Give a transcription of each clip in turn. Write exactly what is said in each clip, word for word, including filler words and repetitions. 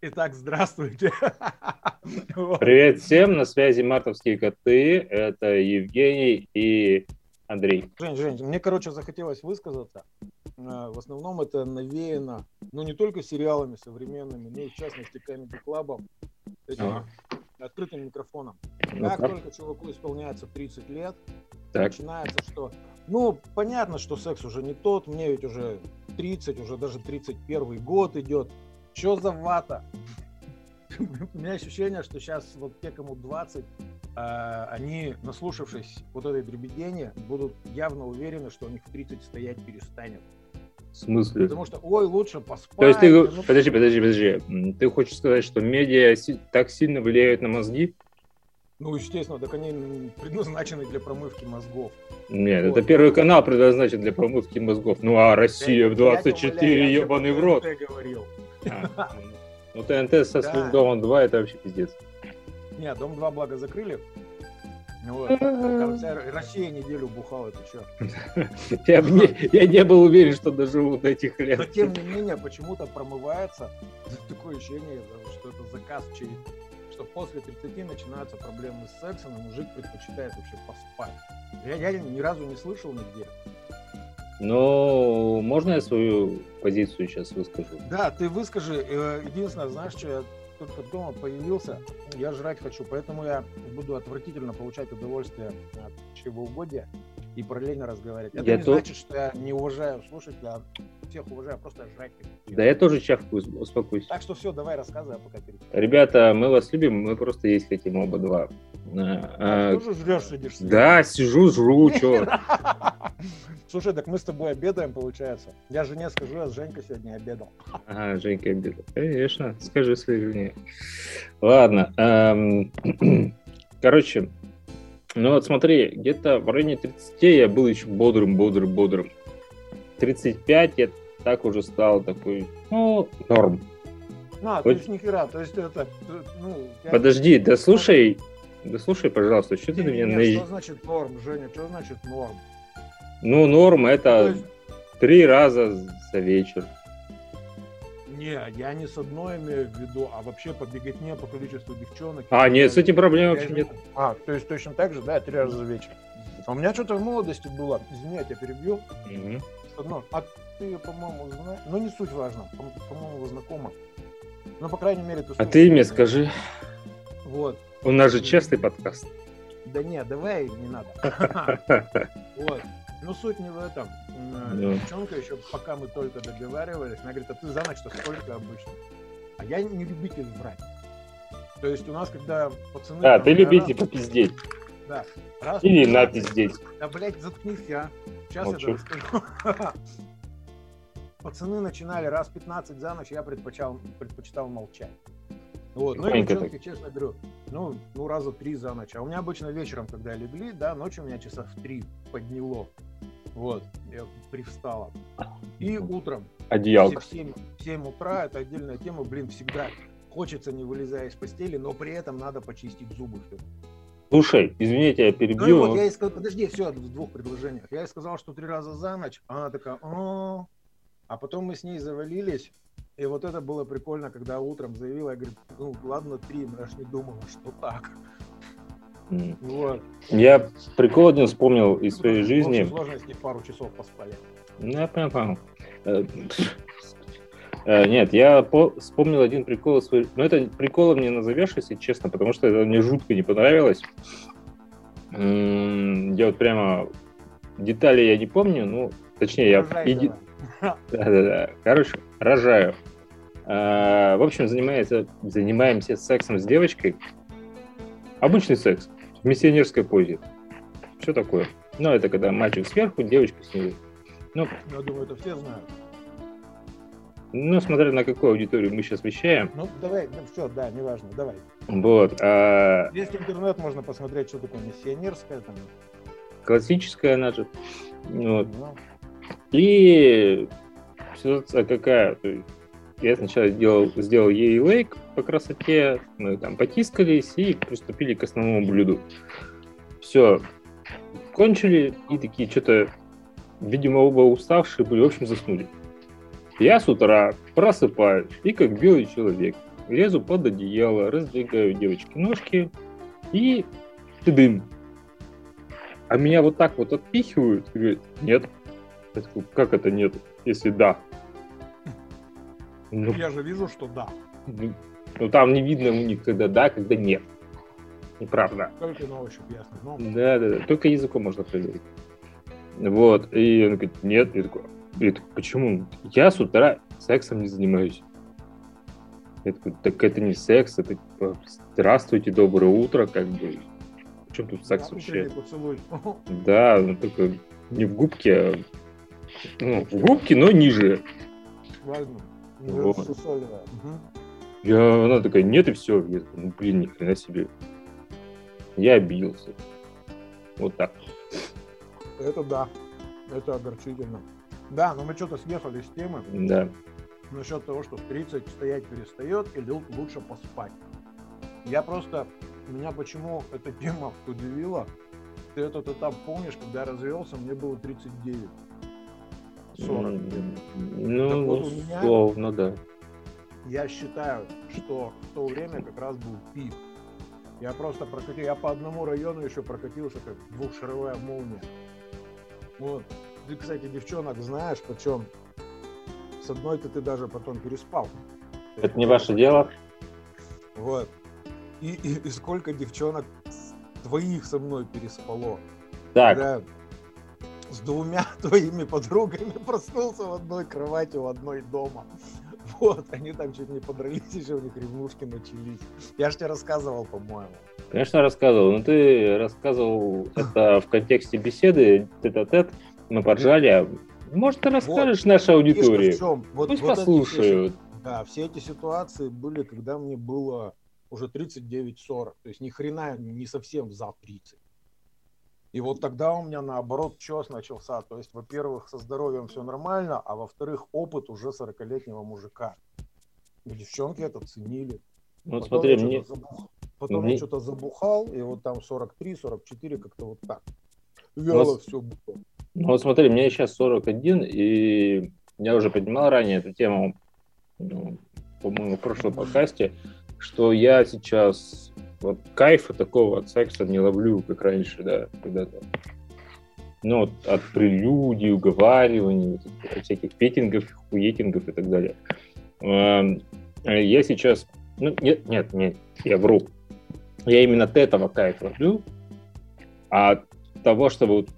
Итак, здравствуйте. Привет всем, на связи Мартовские коты, это Евгений и Андрей. Жень, Жень, мне, короче, захотелось высказаться. В основном это навеяно, ну, не только сериалами современными, но и, в частности, Comedy Club, этим ага. открытым микрофоном. Ну, как, как только чуваку исполняется тридцать лет, так. начинается, что, ну, понятно, что секс уже не тот, мне ведь уже тридцать, уже даже тридцать первый год идет. Что за вата? У меня ощущение, что сейчас вот те, кому двадцать, э, они, наслушавшись вот этой дребедени, будут явно уверены, что у них в тридцать стоять перестанет. В смысле? Потому что, ой, лучше поспать. То есть ты, ну... подожди, подожди, подожди. Ты хочешь сказать, что медиа так сильно влияют на мозги? Ну, естественно, так они предназначены для промывки мозгов. Нет, вот. Это Первый канал предназначен для промывки мозгов. Ну, а Россия в двадцать четыре, ебаный в рот. Говорил. А, ну, ТНТ со своим Домом два, это вообще пиздец. Нет, Дом два, благо, закрыли. Вот. Там вся Россия неделю бухала, ты что? Я, я не был уверен, что доживу до этих лет. Но, тем не менее, почему-то промывается такое ощущение, что это заказ через... что после тридцати начинаются проблемы с сексом, и мужик предпочитает вообще поспать. Я, я ни разу не слышал нигде. Ну, можно я свою позицию сейчас выскажу? Да, ты выскажи. Единственное, знаешь, что я только дома появился, я жрать хочу, поэтому я буду отвратительно получать удовольствие от чревоугодия и параллельно разговаривать. Это я не то... значит, что я не уважаю слушателя, всех уважаю, просто жрать хочу. Да я тоже чавкаю, успокойся. Так что все, давай рассказывай, пока перед. Ребята, мы вас любим, мы просто есть хотим оба два. А, а, тоже жрешь, сидишь? Да, сижу, жру, чё. Слушай, так мы с тобой обедаем, получается. Я жене скажу, я с Женькой сегодня обедал. Ага, Женька обедал. Конечно, скажи своей жене. Ладно. Эм... Короче, ну вот смотри, где-то в районе тридцати я был еще бодрым, бодрым, бодрым. тридцать пять я так уже стал такой, ну, норм. А, то есть нихера, то есть это, ну... Подожди, да слушай, да слушай, пожалуйста, что ты на меня наезжаешь? Что значит норм, Женя, что значит норм? Ну, норм это есть... три раза за вечер. Не, я не с одной имею в виду, а вообще по беготне, по количеству девчонок. А, нет, с этим проблем вообще нет. А, то есть точно так же, да, три раза за вечер. А у меня что-то в молодости было, извини, я тебя перебью. Mm-hmm. Одно, а ты, по-моему, знаешь, ну не суть важно, по-моему, вы знакомы. Ну, по крайней мере, ты... А ты мне скажи. Вот. У нас же честный подкаст. Да нет, давай не надо. Вот. Ну, суть не в этом. Девчонка еще, пока мы только договаривались, она говорит, а ты за ночь-то сколько обычно? А я не любитель врать. То есть у нас, когда пацаны... Да, ты любитель попиздеть. Да. Или напиздеть. Да, блядь, заткнись, я. Сейчас я это расскажу. Пацаны начинали раз пятнадцать за ночь, я предпочитал, предпочитал молчать. Вот. Ну и девчонки, так. Честно говорю, ну, ну раза три за ночь. А у меня обычно вечером, когда легли, да, ночью у меня часа в три подняло. Вот, я привстала. И утром. Одеялко. В семь, в семь утра, это отдельная тема, блин, всегда хочется, не вылезая из постели, но при этом надо почистить зубы. Слушай, извините, я перебью. Ну, вот, я ей сказал, подожди, все, в двух предложениях. Я ей сказал, что три раза за ночь, она такая, а, а потом мы с ней завалились. И вот это было прикольно, когда утром заявила, я говорю, ну ладно, три, но я ж не думала, что так. Mm. Вот. Я прикол один вспомнил из своей в жизни. В сложности пару часов поспали. Ну, я понял, понял. Нет, я по- вспомнил один прикол из своей... Ну, это приколом не назовешь, если честно, потому что это мне жутко не понравилось. Я вот прямо... Детали я не помню, ну, точнее, я... Иди... Да-да-да. Короче, рожаю. А, в общем, занимается, занимаемся сексом с девочкой. Обычный секс. В миссионерской позе. Что такое? Ну, это когда мальчик сверху, девочка снизу. Ну, я думаю, это все знают. Ну, смотря на какую аудиторию мы сейчас вещаем. Ну, давай, ну, все, да, неважно, давай. Вот. А... Есть интернет, можно посмотреть, что такое миссионерская. Там. Классическая наша. Вот. Ну. И ситуация какая? Я сначала сделал, сделал ей лейк по красоте, мы там потискались и приступили к основному блюду. Все, кончили и такие что-то, видимо, оба уставшие были, в общем, заснули. Я с утра просыпаюсь и как белый человек лезу под одеяло, раздвигаю девочки ножки и тыдым. А меня вот так вот отпихивают и говорят, нет. Я такой, как это нет, если да? Ну, я же вижу, что да. Ну, ну там не видно у них, когда да, когда нет. Неправда. Только на ощупь, ясно. Но... Да, да, да. Только языком можно проверить. Вот. И он говорит, нет. Я такой, я такой, почему? Я с утра сексом не занимаюсь. Я такой, так это не секс, это типа, здравствуйте, доброе утро, как бы. В чем тут секс да, вообще? Поцелуй. Да, но только не в губке, а ну, в губке, но ниже. Важно. Вот. Угу. Я, она такая, нет, и все. Я такой, ну, блин, ни хрена себе. Я обиделся. Вот так. Это да. Это огорчительно. Да, но мы что-то съехали с темы. Да. Насчет того, что в тридцать стоять перестает или лучше поспать. Я просто... Меня почему эта тема удивила? Ты этот этап помнишь, когда я развелся, мне было тридцать девять. сорок лет. Ну, так вот ну у меня, словно, да. Я считаю, что в то время как раз был пик. Я просто прокатил, я по одному району еще прокатился, как двухшаровая молния. Вот. Ты, кстати, девчонок знаешь, причем с одной-то ты даже потом переспал. Это не ваше дело. Вот. И, и, и сколько девчонок твоих со мной переспало. Так. Я с двумя твоими подругами проснулся в одной кровати у одной дома. Вот, они там чуть не подрались, еще у них ревнушки начались. Я же тебе рассказывал, по-моему. Конечно, рассказывал, но ты рассказывал это в контексте беседы, тет-а-тет, мы поржали. Может, ты расскажешь вот нашей аудитории? Вот, Пусть вот послушают. Эти, да, все эти ситуации были, когда мне было уже тридцать девять сорок. То есть ни хрена не совсем за тридцать. И вот тогда у меня наоборот чёс начался. То есть, во-первых, со здоровьем все нормально, а во-вторых, опыт уже сорокалетнего мужика. И девчонки это ценили. Вот потом смотри, я мне... забух... Потом мне... я что-то забухал, и вот там сорок три сорок четыре как-то вот так. Вяло вот... все было. Ну вот смотри, мне сейчас сорок один, и я уже поднимал ранее эту тему, ну, по-моему, в прошлом подкасте, что я сейчас вот кайфа такого от секса не ловлю, как раньше, да, когда-то. Ну, вот от прелюдий, уговариваний, от всяких петингов, хуетингов и так далее. Я сейчас... Ну, нет, нет, нет, я вру. Я именно от этого кайфа ловлю, а от того, чтобы вот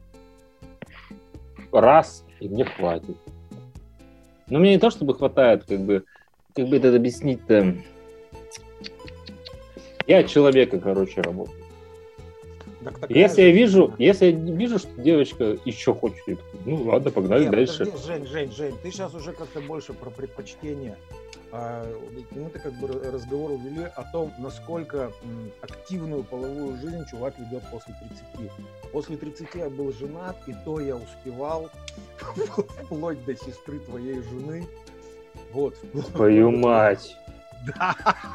раз, и мне хватит. Но мне не то, чтобы хватает, как бы, как бы это объяснить-то. Я от человека, короче, работаю. Если я вижу, если я вижу, что девочка еще хочет, я такой, ну ладно, погнали Нет, дальше. Подожди, Жень, Жень, Жень, ты сейчас уже как-то больше про предпочтение. Мы-то как бы разговор увели о том, насколько активную половую жизнь чувак ведет после тридцати. После тридцати я был женат, и то я успевал вплоть до сестры твоей жены. Вот. Твою мать. Да.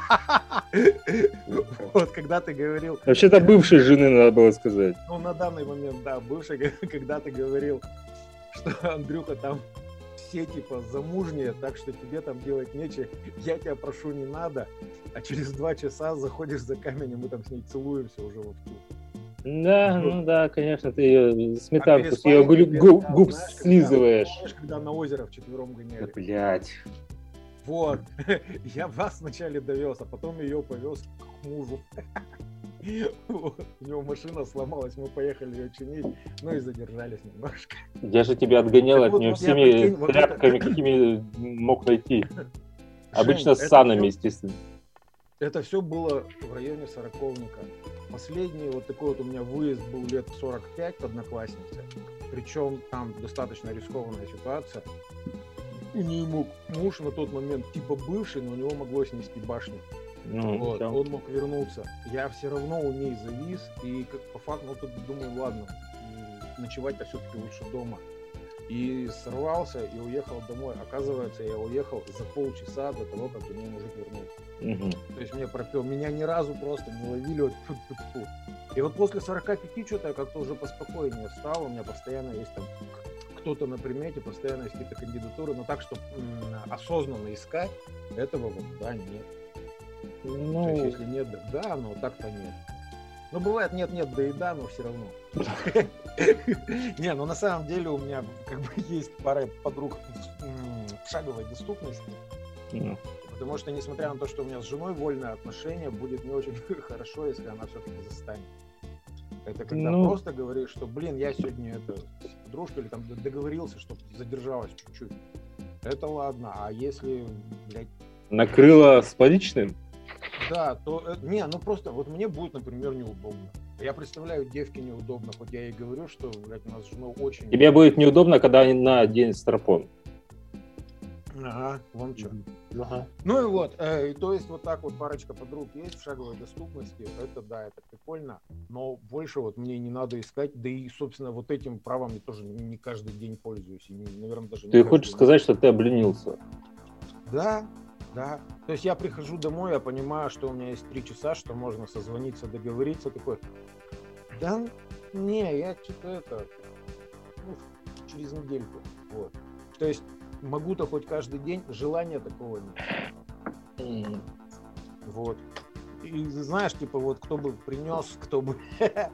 Вот, когда ты говорил... Вообще-то бывшей жены надо было сказать. Ну, на данный момент, да, бывшей, когда ты говорил, что Андрюха там все, типа, замужние, так что тебе там делать нечего, я тебя прошу, не надо, а через два часа заходишь за камень, и мы там с ней целуемся уже вовсю. Да, ну, ну да, конечно, ты ее сметанку а с ее губ, губ, губ знаешь, слизываешь. Когда, знаешь, когда на озеро вчетвером гоняли. Да, блядь. Вот, я вас вначале довез, а потом ее повез к мужу. Вот. У него машина сломалась, мы поехали ее чинить, ну и задержались немножко. Я же тебя отгонял так от вот, нее вот всеми прикинь, тряпками, вот это... какими мог найти. Жень, обычно с санами, все, естественно. Это все было в районе Сороковника. Последний вот такой вот у меня выезд был лет сорок пять к однокласснице. Причем там достаточно рискованная ситуация. У нее мог муж на тот момент типа бывший, но у него могло снести башню. Ну, вот, он мог вернуться. Я все равно у ней завис, и как по факту, ну тут думаю, ладно, ночевать-то все-таки лучше дома. И сорвался и уехал домой. Оказывается, я уехал за полчаса до того, как у нее мужик вернулся. Угу. То есть мне пропел, меня ни разу просто не ловили. Вот, фу-фу-фу. И вот после сорока пяти что-то я как-то уже поспокойнее стал. У меня постоянно есть там кто-то на примете, постоянно есть какие-то кандидатуры, но так, чтобы м- осознанно искать, этого вот, да, нет. Ну... То есть, если нет, да, но так-то нет. Ну, бывает нет-нет, да и да, но все равно. Не, ну на самом деле у меня как бы есть пара подруг в шаговой доступности. Потому что, несмотря на то, что у меня с женой вольное отношение, будет не очень хорошо, если она все-таки застанет. Это когда ну... просто говоришь, что, блин, я сегодня это с подружкой или там договорился, чтобы задержалась чуть-чуть. Это ладно, а если, блядь... Накрыло с поличным? Да, то... Не, ну просто, вот мне будет, например, неудобно. Я представляю, девке неудобно, хоть я ей говорю, что, блядь, у нас с женой очень... Тебе будет неудобно, когда они на день старпон. Ага, вон что. Ага. Ну и вот, э, и то есть вот так вот парочка подруг есть в шаговой доступности, это да, это прикольно, но больше вот мне не надо искать, да и, собственно, вот этим правом я тоже не каждый день пользуюсь, и, наверное, даже не Ты хочешь день. Сказать, что ты обленился? Да, да, то есть я прихожу домой, я понимаю, что у меня есть три часа, что можно созвониться, договориться, такой, да, не, я что-то это, ну, через недельку, вот, то есть могу-то хоть каждый день, желания такого нет. Mm. Вот. И знаешь, типа, вот кто бы принес, кто бы...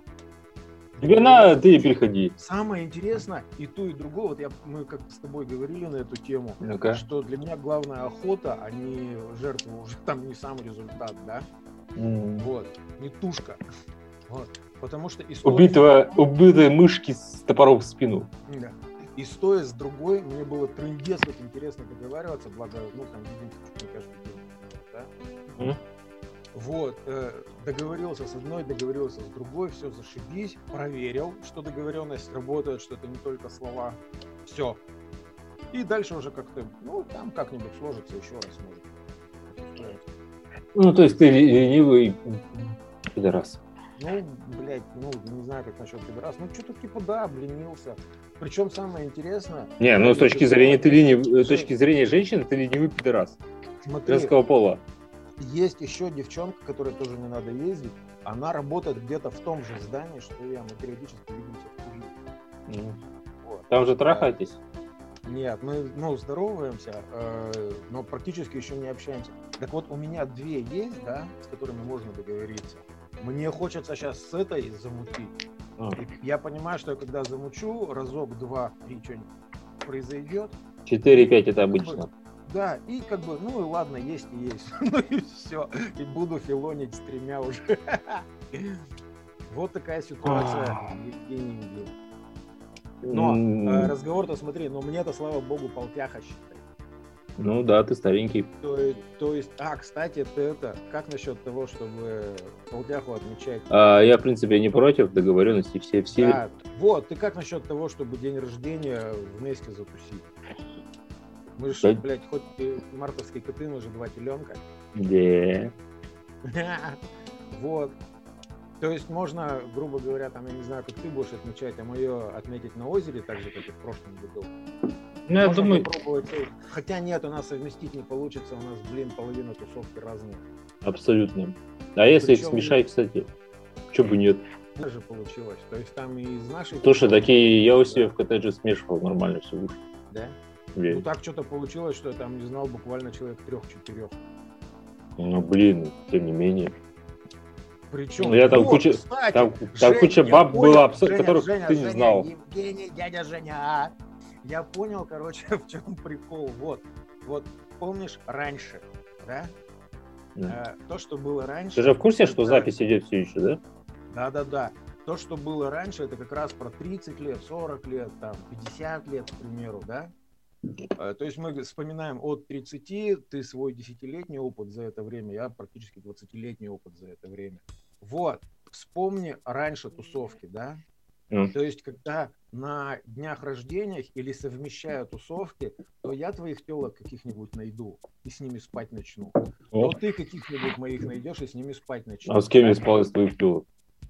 Тебе надо, ты и переходи. Самое интересное, и то, и другое, вот я, мы как-то с тобой говорили на эту тему, ну-ка. Что для меня главная охота, а не жертва, уже там не сам результат, да? Mm. Вот. Не тушка. Вот. Потому что... Убитого, убитой мышки с топором в спину. Да. И стоя с другой, мне было трындец как интересно договариваться, благо, ну, там, видите, чуть не каждый день, да? Mm. Вот, э, договорился с одной, договорился с другой, все, зашибись, проверил, что договоренность работает, что это не только слова, все. И дальше уже как-то, ну, там как-нибудь сложится еще раз, может. Ну, то есть ты ленивый пидорас. Ну, блядь, ну, не знаю, как насчет пидорас. Ну, что-то типа, да, обленился. Причем самое интересное... Не, ну, с точки зрения, ты ленив... с точки зрения женщины, ты ленивый пидорас. Смотри, женского пола. Есть еще девчонка, которой тоже не надо ездить. Она работает где-то в том же здании, что я. Мы периодически видимся в Куре. Mm. Вот. Там же трахаетесь? Нет, мы, ну, здороваемся, э, но практически еще не общаемся. Так вот, у меня две есть, да, с которыми можно договориться. Мне хочется сейчас с этой замутить. А. Я понимаю, что когда замучу, разок, два, три, что-нибудь произойдет. четыре-пять это обычно. Да, и как бы, ну и ладно, есть и есть. Ну и все. И буду филонить с тремя уже. Вот такая ситуация, Евгений Евгений. Но э, разговор-то, смотри, но мне-то, слава богу, полтяха считай. Ну да, ты старенький. То, то есть, а, кстати, ты это, как насчет того, чтобы полтяху отмечать? А, я, в принципе, не против договоренности, все все. Да, вот, ты как насчет того, чтобы день рождения вместе затусить? Мы же, да. Блядь, хоть мартовские коты, мы же два теленка. Да. Вот. То есть можно, грубо говоря, там, я не знаю, как ты будешь отмечать, а мое отметить на озере, так же, как и в прошлом году. Ну, я думаю... Хотя нет, у нас совместить не получится, у нас, блин, половина тусовки разные. Абсолютно. А если их смешать, кстати, что бы нет. Даже получилось. То есть там и из нашей... Слушай, такие я у себя в коттедже смешивал, нормально все вышло. Да? Верь. Ну так что-то получилось, что я там не знал буквально человек трех-четырех. Ну блин, тем не менее. Причем, я там, вот, куча, кстати, там, Жень, там куча баб понял, была, Женя, которых Женя, ты Женя, не знал. Евгений, дядя Женя. Я понял, короче, в чем прикол. Вот, вот помнишь раньше, да? да. А, то, что было раньше. Ты же в курсе, это... что запись идет все еще, да? Да-да-да. То, что было раньше, это как раз про тридцать лет, сорок лет, там, пятьдесят лет, к примеру, да? То есть мы вспоминаем от тридцати, ты свой десятилетний опыт за это время, я практически двадцатилетний опыт за это время. Вот, вспомни раньше тусовки, да? Mm. То есть, когда на днях рождения или совмещая тусовки, то я твоих телок каких-нибудь найду и с ними спать начну. Oh. То ты каких-нибудь моих найдешь и с ними спать начнешь. А с кем я спал из твоих телок?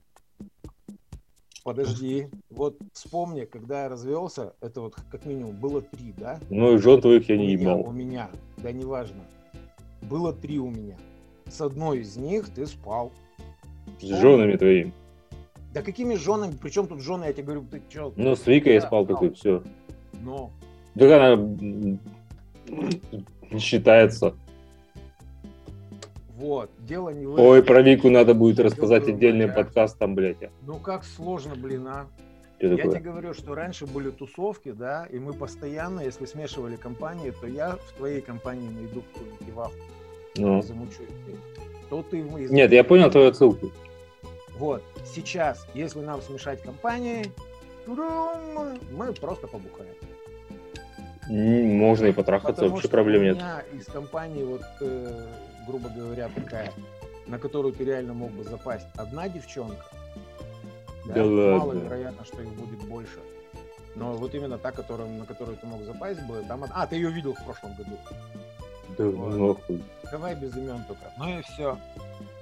Подожди, вот вспомни, когда я развелся, это вот как минимум было три, да? Ну и жен твоих я у не меня, ебал. У меня, да неважно. Было три у меня. С одной из них ты спал. С женами твоими. Да какими женами? Причем тут жены, я тебе говорю, ты что? Ну с Викой я спал, такой, все. Но. Да она не считается. Вот, дело не в этом. Ой, про Вику надо будет рассказать дело отдельный подкаст там, блядь. Ну как сложно, блин, а? Что я такое? тебе говорю, что раньше были тусовки, да, и мы постоянно, если смешивали компании, то я в твоей компании найду какую-нибудь иваху, ну. замучу. То ты в моей... Нет, я понял твою отсылку. Вот, сейчас, если нам смешать компании, мы просто побухаем. Можно и потрахаться, Потому вообще что проблем у нет. меня из компании, вот, э, грубо говоря, такая, на которую ты реально мог бы запасть, одна девчонка. Да, да мало ладно. вероятно, что их будет больше. Но вот именно та, которую, на которую ты мог запасть бы, там... А, ты ее видел в прошлом году. Да вот. нахуй. Давай без имен только. Ну и все.